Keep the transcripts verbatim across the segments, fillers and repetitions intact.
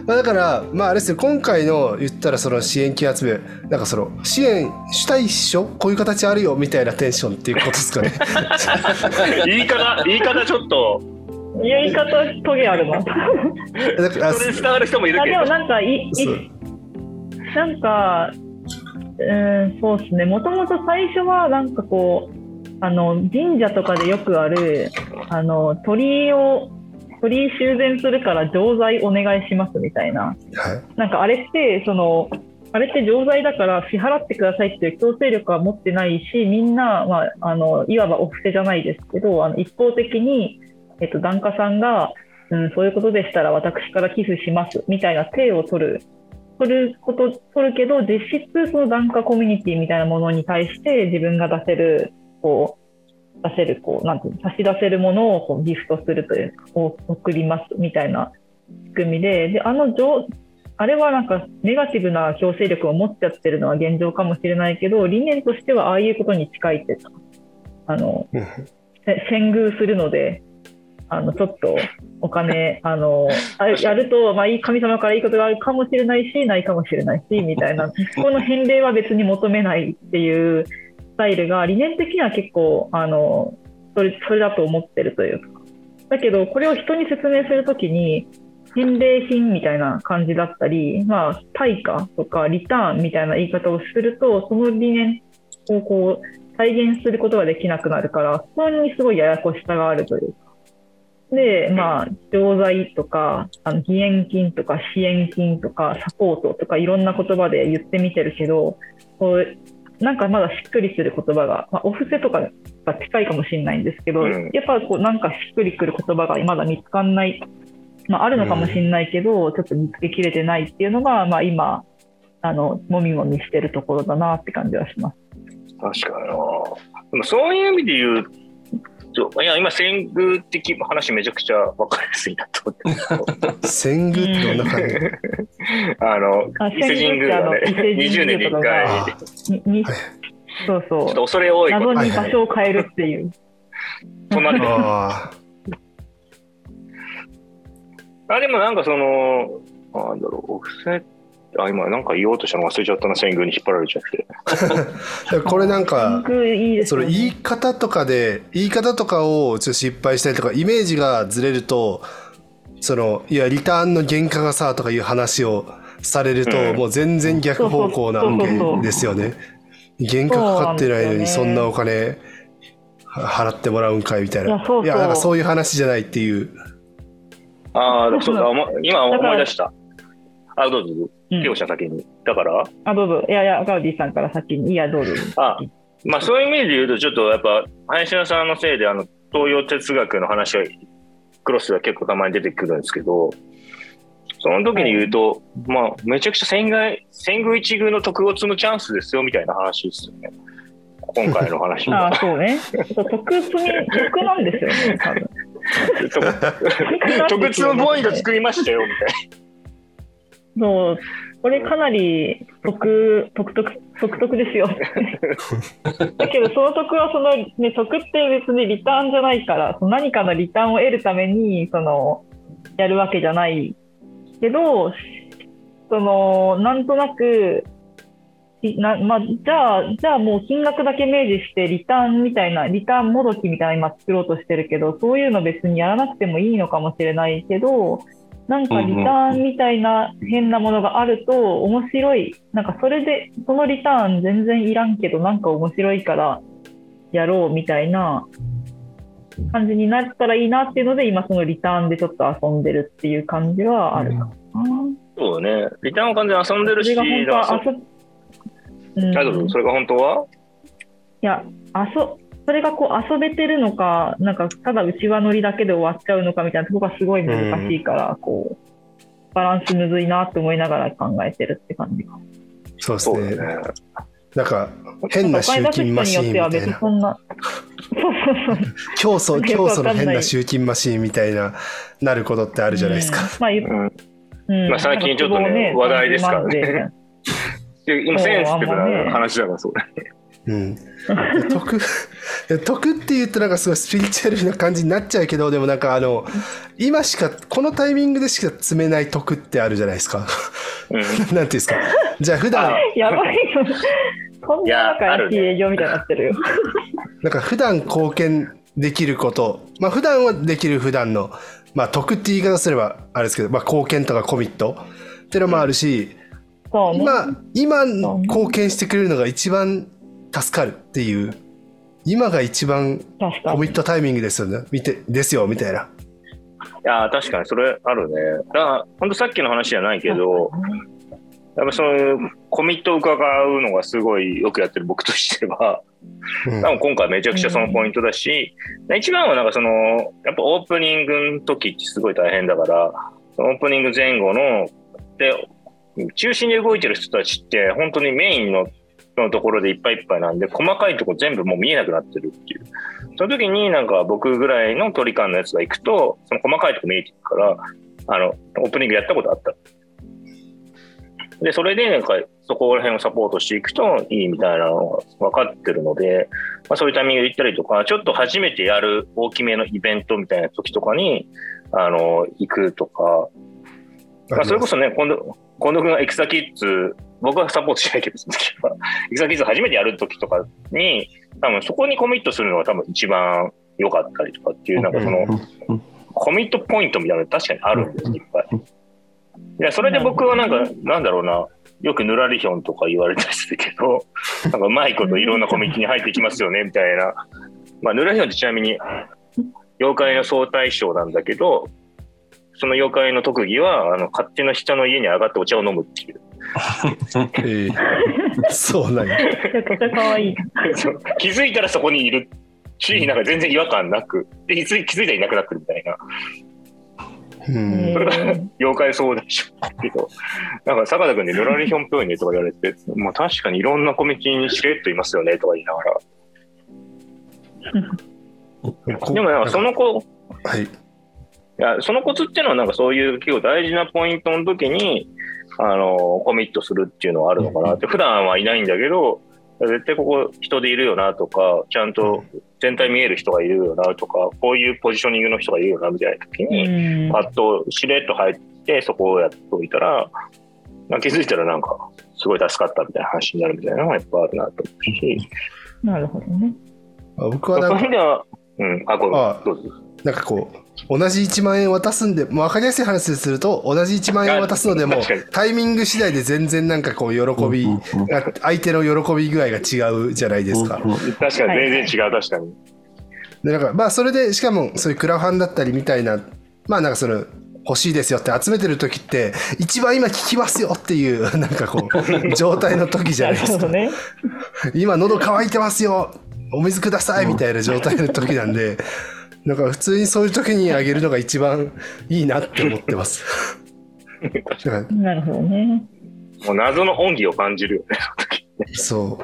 まあ、だからまああれですよ、今回の言ったらその支援金集め、なんかその支援したいっしょ、こういう形あるよみたいなテンションっていうことですかね。 言い方言い方ちょっと言い方トゲあるな。 だからそれで伝わる人もいるけど。 あでもなんかいいなんかうんそうですね。もともと最初はなんかこうあの神社とかでよくあるあの鳥居を鳥居修繕するから錠剤お願いしますみたいな、 はい、 なんかあれってそのあれって錠剤だから支払ってくださいっていう強制力は持ってないし、みんな、まあ、あのいわばお布施じゃないですけど、あの一方的に、えっと、檀家さんが、うん、そういうことでしたら私から寄付しますみたいな手を取る取ること取るけど、実質その檀家コミュニティみたいなものに対して自分が出せるこう出せるこうなんていうの、差し出せるものをこうギフトするというを送りますみたいな仕組みで、であの上あれはなんかネガティブな強制力を持っちゃってるのは現状かもしれないけど、理念としてはああいうことに近いってあの先遇するので、あのちょっとお金あのやると、まあ、神様からいいことがあるかもしれないしないかもしれないしみたいな、この返礼は別に求めないっていうスタイルが理念的には結構あのそれ、それだと思ってるというか、だけどこれを人に説明するときに返礼品みたいな感じだったり、まあ、対価とかリターンみたいな言い方をすると、その理念をこう再現することができなくなるから、そこにすごいややこしさがあるというか。で、まあ、錠剤とか、あの義援金とか支援金とかサポートとかいろんな言葉で言ってみてるけど、こうなんかまだしっくりする言葉が、まあ、お布施とかが近いかもしれないんですけど、うん、やっぱこうなんかしっくりくる言葉がまだ見つかんない、まあ、あるのかもしれないけど、うん、ちょっと見つけきれてないっていうのが、まあ、今あのもみもみしてるところだなって感じはします。 確かにな。でもそういう意味で言うと、いや今先宮的話めちゃくちゃ分かりやすいなと思って先宮ってどんな感じ？ あの伊勢神宮はねにじゅうねんにいっかいにそうそう、 ちょっと恐れ多い謎に場所を変えるっていう、 隣であでもなんかそのなんだろう、お布施あ今なんか言おうとしたの忘れちゃったな、先宮に引っ張られちゃってこれなんかいいですね、 その言い方とかで言い方とかをちょっと失敗したりとかイメージがずれると、そのいやリターンの原価がさとかいう話をされると、うん、もう全然逆方向なわけですよね。原価かかってないのにそんなお金払ってもらうんかいみたいな。いや、そうそう、いやなんかそういう話じゃないっていう。 ああそうだ、今思い出した。あどうぞピオちゃん先に。だからあどうぞ。いやいやガウディさんから先に。いやどうぞ。 あまあそういう意味で言うとちょっとやっぱ林田さんのせいであの東洋哲学の話がクロスが結構たまに出てくるんですけど、その時に言うと、はい、まあめちゃくちゃ仙外仙宮一宮の徳を積むチャンスですよみたいな話ですよね。今回の話は。 あそうね。徳積み徳なんですよね多分。 徳積むボーイが作りましたよみたいな。 そうこれかなり得得得得得ですよだけどその得はその、ね、得って別にリターンじゃないから、その何かのリターンを得るためにそのやるわけじゃないけど、そのなんとなくな、まあ、じゃあじゃあもう金額だけ明示してリターンみたいなリターンもどきみたいな今作ろうとしてるけど、そういうの別にやらなくてもいいのかもしれないけど、なんかリターンみたいな変なものがあると面白い、なんかそれでそのリターン全然いらんけどなんか面白いからやろうみたいな感じになったらいいなっていうので、今そのリターンでちょっと遊んでるっていう感じはあるかな、うん、 そうね、リターンは完全に遊んでるし、それが本当は遊、うん、それが本当はいや遊それがこう遊べてるのか、なんかただ内輪乗りだけで終わっちゃうのかみたいなところがすごい難しいから、うん、こうバランスむずいなって思いながら考えてるって感じか。 そうですね。なんか変な集金マシーンみたいな、そんな競争競争の変な集金マシーンみたいななることってあるじゃないですか。うんまあうんまあ、最近ちょっとね話題ですからね。今センスって話だからそうだね。 うん、得得って言うとなんかすごいスピリチュアルな感じになっちゃうけど、でもなんかあの今しかこのタイミングでしか積めない得ってあるじゃないですか、うん、なんていうんですか、じゃあ普段やばいよこんな中怪しい営業みたいになってるよなんか普段貢献できること、まあ普段はできる普段のまあ得って言い方すればあれですけど、まあ貢献とかコミットっていうのもあるし、うん、今今貢献してくれるのが一番助かるっていう、今が一番コミットタイミングですよね、見てですよみたいな。いや確かにそれあるね。だから本当さっきの話じゃないけど、やっぱそういうコミットを伺うのがすごいよくやってる僕としては、うん、多分今回めちゃくちゃそのポイントだし、うん、一番はなんかそのやっぱオープニングの時ってすごい大変だから、そのオープニング前後ので中心で動いてる人たちって本当にメインののところでいっぱいいっぱいなんで、細かいところ全部もう見えなくなってるっていう。その時になんか僕ぐらいの距離感のやつが行くと、その細かいところ見えてるから、あのオープニングやったことあった。でそれでなんかそこら辺をサポートしていくといいみたいなのが分かってるので、まあ、そういうタイミングで行ったりとか、ちょっと初めてやる大きめのイベントみたいな時とかにあの行くとか、まあ、それこそね、近藤近藤君がエクサキッズ、僕はサポートしないけど、その時はエクサキッズ初めてやる時とかに多分そこにコミットするのが多分一番良かったりとかっていう、なんかそのコミットポイントみたいなの確かにあるんですいっぱい。いやそれで僕はなんかなんだろうな、よくヌラリヒョンとか言われたりするけど、なんかうまいこといろんなコミュニティに入ってきますよねみたいな。まあヌラリヒョンってちなみに妖怪の総大将なんだけど、その妖怪の特技はあの勝手な人の家に上がってお茶を飲むっていう。 えー、そうなんや。 めちゃくちゃ可愛い。 気づいたらそこにいるし、なんか全然違和感なく、で気づいたらいなくなってるみたいな。うん、それが妖怪そうでしょけど、なんか坂田君にヌラリヒョンっぽいねとか言われて、まあ、確かにいろんなコミュニティにしれっといますよねとか言いながらでもなんかその子、はい、いやそのコツっていうのはなんかそういう結構大事なポイントの時にあのコミットするっていうのはあるのかなって。普段はいないんだけど絶対ここ人でいるよなとか、ちゃんと全体見える人がいるよなとか、こういうポジショニングの人がいるよなみたいな時にパッとしれっと入ってそこをやっておいたら、まあ、気づいたらなんかすごい助かったみたいな話になるみたいなのがやっぱあるなと思うし。 なるほどね。 僕はなんかそういう意味では、うん、あ、これあどうぞ。 なんかこう同じいちまんえん渡すんで、もう分かりやすい話ですると、同じいちまんえん渡すのでもタイミング次第で全然なんかこう喜び、相手の喜び具合が違うじゃないですか。 確かに全然違う、確かに。 でなんかまあそれでしかもそういうクラファンだったりみたいな、まあなんかその欲しいですよって集めてる時って一番今聞きますよっていうなんかこう状態の時じゃないですか。ね、今喉乾いてますよ、お水くださいみたいな状態の時なんで。なんか普通にそういう時にあげるのが一番いいなって思ってます。 なるほどね。 もう謎の恩義を感じるよね。 そう。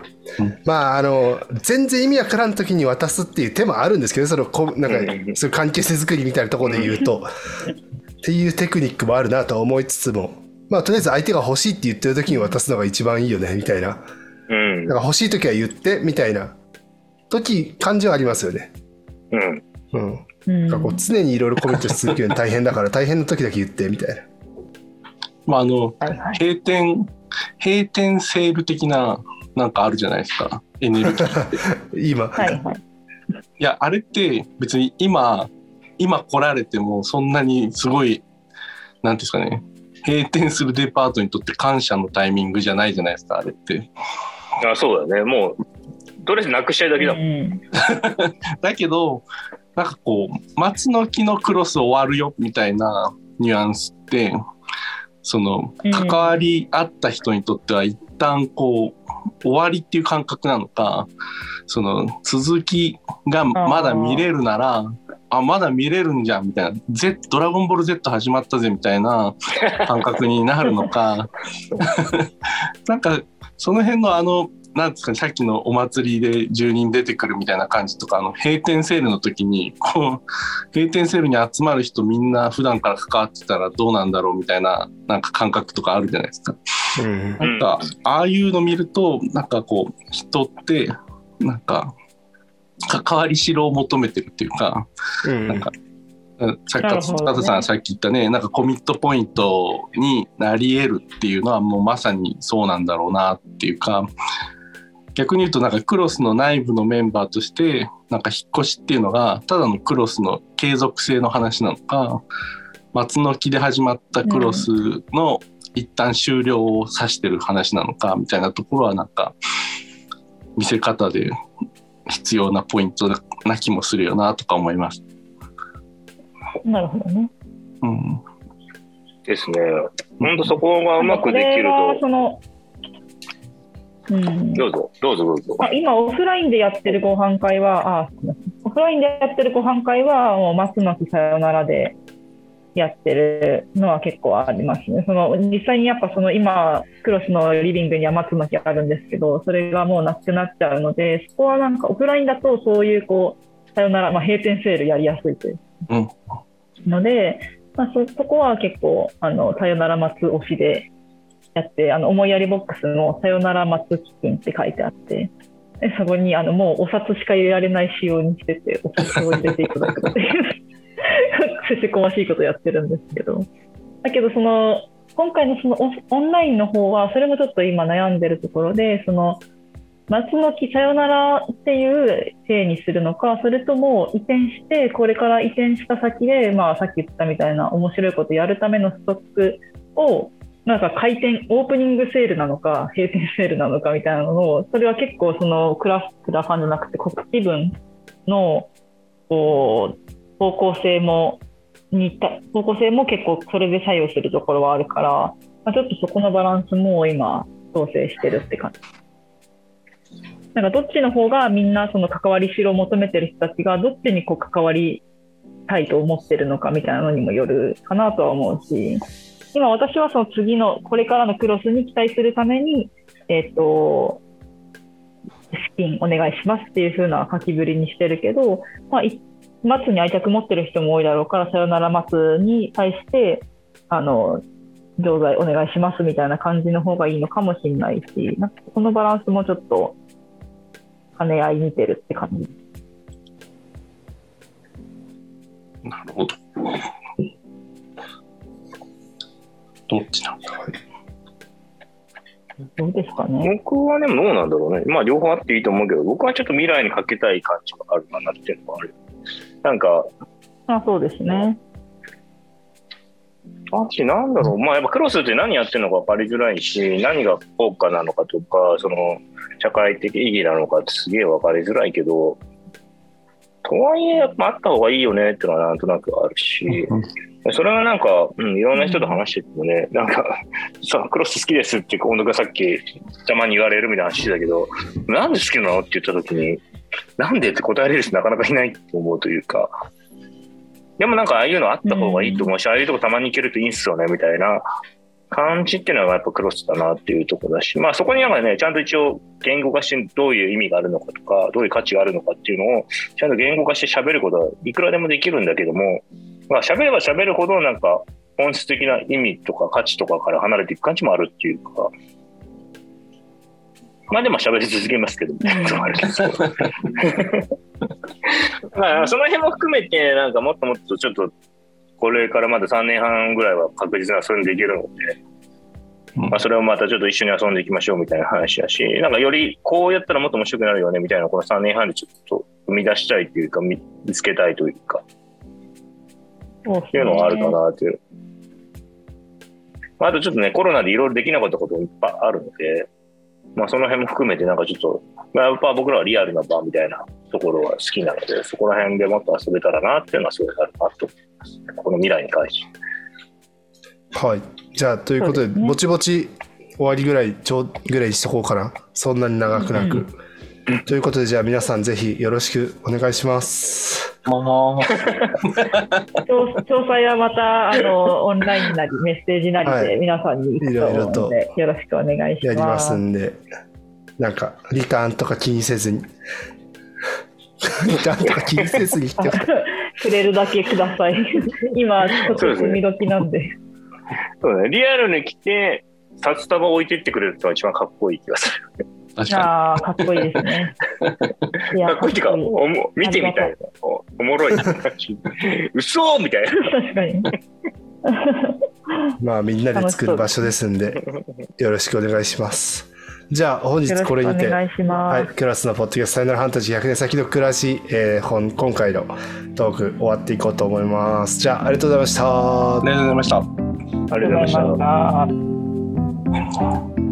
まああの全然意味わからん時に渡すっていう手もあるんですけど、そのこなんかそういう関係性作りみたいなところで言うと、っていうテクニックもあるなと思いつつも、まあとりあえず相手が欲しいって言ってる時に渡すのが一番いいよねみたいな。うん。だから欲しい時は言ってみたいな時感じはありますよね。うん。うん、なんかこう常にいろいろコミットし続けるの大変だから大変な時だけ言ってみたいな。 まああの閉店閉店セール的ななんかあるじゃないですか、エネルギーって今、 はいはい、 いやあれって別に今今来られてもそんなにすごいなんですかね、閉店するデパートにとって感謝のタイミングじゃないじゃないですか、あれって。 あ、そうだね、もうとりあえずなくしたいだけだもん、うん、 だけどなんかこう松の木のクロス終わるよみたいなニュアンスってその関わり合った人にとっては一旦こう終わりっていう感覚なのか、その続きがまだ見れるならあまだ見れるんじゃんみたいな Z ドラゴンボール Z 始まったぜみたいな感覚になるのかなんかその辺のあのなんですかね、さっきのお祭りでじゅうにん出てくるみたいな感じとか、あの閉店セールの時にこう閉店セールに集まる人みんな普段から関わってたらどうなんだろうみたいななんか感覚とかあるじゃないですか、うん、なんかああいうの見るとなんかこう人ってなんか関わりしろを求めてるっていうか、うん、なんかさっき佐藤さんさっき言ったね、なんかコミットポイントになり得るっていうのはもうまさにそうなんだろうなっていうか、逆に言うとなんかクロスの内部のメンバーとしてなんか引っ越しっていうのがただのクロスの継続性の話なのか、松の木で始まったクロスの一旦終了を指してる話なのかみたいなところはなんか見せ方で必要なポイントな気もするよなとか思います。 なるほどね。 うん。 ですね。本当そこがうまくできると。そのうん、どうぞどうぞどうぞ。 今オフラインでやってるご飯会は、あ、オフラインでやってるご飯会はもう松の木さよならでやってるのは結構ありますね。その実際にやっぱその今クロスのリビングには松の木あるんですけど、それがもうなくなっちゃうので、そこはなんかオフラインだとそういうこうさよなら、まあ、閉店セールやりやすいというので、まあ、そ, そこは結構あのさよなら松推しでやって、あの思いやりボックスのさよなら松基金って書いてあって、でそこにあのもうお札しか入れられない仕様にしてて、お札を入れていただくっていうせせこましいことやってるんですけど、だけどその今回のそのオンラインの方はそれもちょっと今悩んでるところで、その松の木さよならっていう体にするのか、それとも移転してこれから移転した先で、まあ、さっき言ったみたいな面白いことやるためのストックをなんか開店オープニングセールなのか閉店セールなのかみたいなのを、それは結構そのクラスクラファンじゃなくて国際分のこう方向性もに方向性も結構それで作用するところはあるから、まあ、ちょっとそこのバランスも今調整してるって感じ。なんかどっちの方がみんなその関わりしろを求めてる人たちがどっちにこう関わりたいと思ってるのかみたいなのにもよるかなとは思うし、今私はその次のこれからのクロスに期待するために、えーと、資金お願いしますっていう風な書きぶりにしてるけど、まあ、松に愛着持ってる人も多いだろうから、さよなら松に対してあの錠剤お願いしますみたいな感じの方がいいのかもしれないし、なんかこのバランスもちょっと兼ね合い似てるって感じ。 なるほど。どっちなんだろう。 どうですかね。 僕はでもどうなんだろうね。まあ両方あっていいと思うけど、僕はちょっと未来にかけたい感じがあるかなっていうのがある。なんか、 あ、そうですね。 あっちなんだろう。まあやっぱクロスって何やってるのか分かりづらいし、何が効果なのかとか、その社会的意義なのかってすげえ分かりづらいけど、とはいえやっぱあった方がいいよねっていうのはなんとなくあるし、それはなんか、うん、いろんな人と話しててもね、なんかさクロス好きですって近藤がさっきたまに言われるみたいな話だけど、なんで好きなのって言った時に、なんでって答えれる人なかなかいないと思うというか、でもなんかああいうのあった方がいいと思うし、ああいうとこたまに行けるといいっすよねみたいな感じっていうのがやっぱクロスだなっていうところだし、まあそこになんかね、ちゃんと一応言語化してどういう意味があるのかとか、どういう価値があるのかっていうのをちゃんと言語化して喋ることはいくらでもできるんだけども、まあ喋れば喋るほどなんか本質的な意味とか価値とかから離れていく感じもあるっていうか、まあでも喋り続けますけどね。まあその辺も含めてなんかもっともっとちょっとこれからまださんねんはんぐらいは確実なそれにできるので、まあそれをまたちょっと一緒に遊んでいきましょうみたいな話だし、なんかよりこうやったらもっと面白くなるよねみたいなこのさんねんはんでちょっと生み出したいというか見つけたいというかっていうのがあるかなという。あとちょっとねコロナでいろいろできなかったこともいっぱいあるので。まあその辺も含めてなんかちょっと、まあ、やっぱ僕らはリアルな場みたいなところは好きなので、そこら辺でもっと遊べたらなっていうのはすごいあるなと思います。この未来に関して。 はい。じゃあということで、でね、ぼちぼち終わりぐらいちょうぐらいしとこうかな。そんなに長くなく。うん、ということでじゃあ皆さんぜひよろしくお願いします。 詳細はまたあのオンラインなりメッセージなりで皆さんに行くと思うので、はい、よろしくお願いします。 やりますんで、なんかリターンとか気にせずにリターンとか気にせずにくれるだけください。今ちょっと積み時なんで。 そうね、リアルに来て札束置いてってくれるのが一番かっこいい気がする。 確かああ、かっこいいですね。いやかっこいいっていうか、おも見てみたいな。おおもろい。嘘みたいな。 確かに。 まあみんなで作る場所ですんで、よろしくお願いします。じゃあ本日これにて、 よろしくお願いします。 はい、クラスのポッドキャストさよならファンタジーひゃくねん先の暮らし、えー、本今回のトーク終わっていこうと思います。じゃあありがとうございました。 に。ありがとうございました。 ありがとうございました。 ありがとうございました。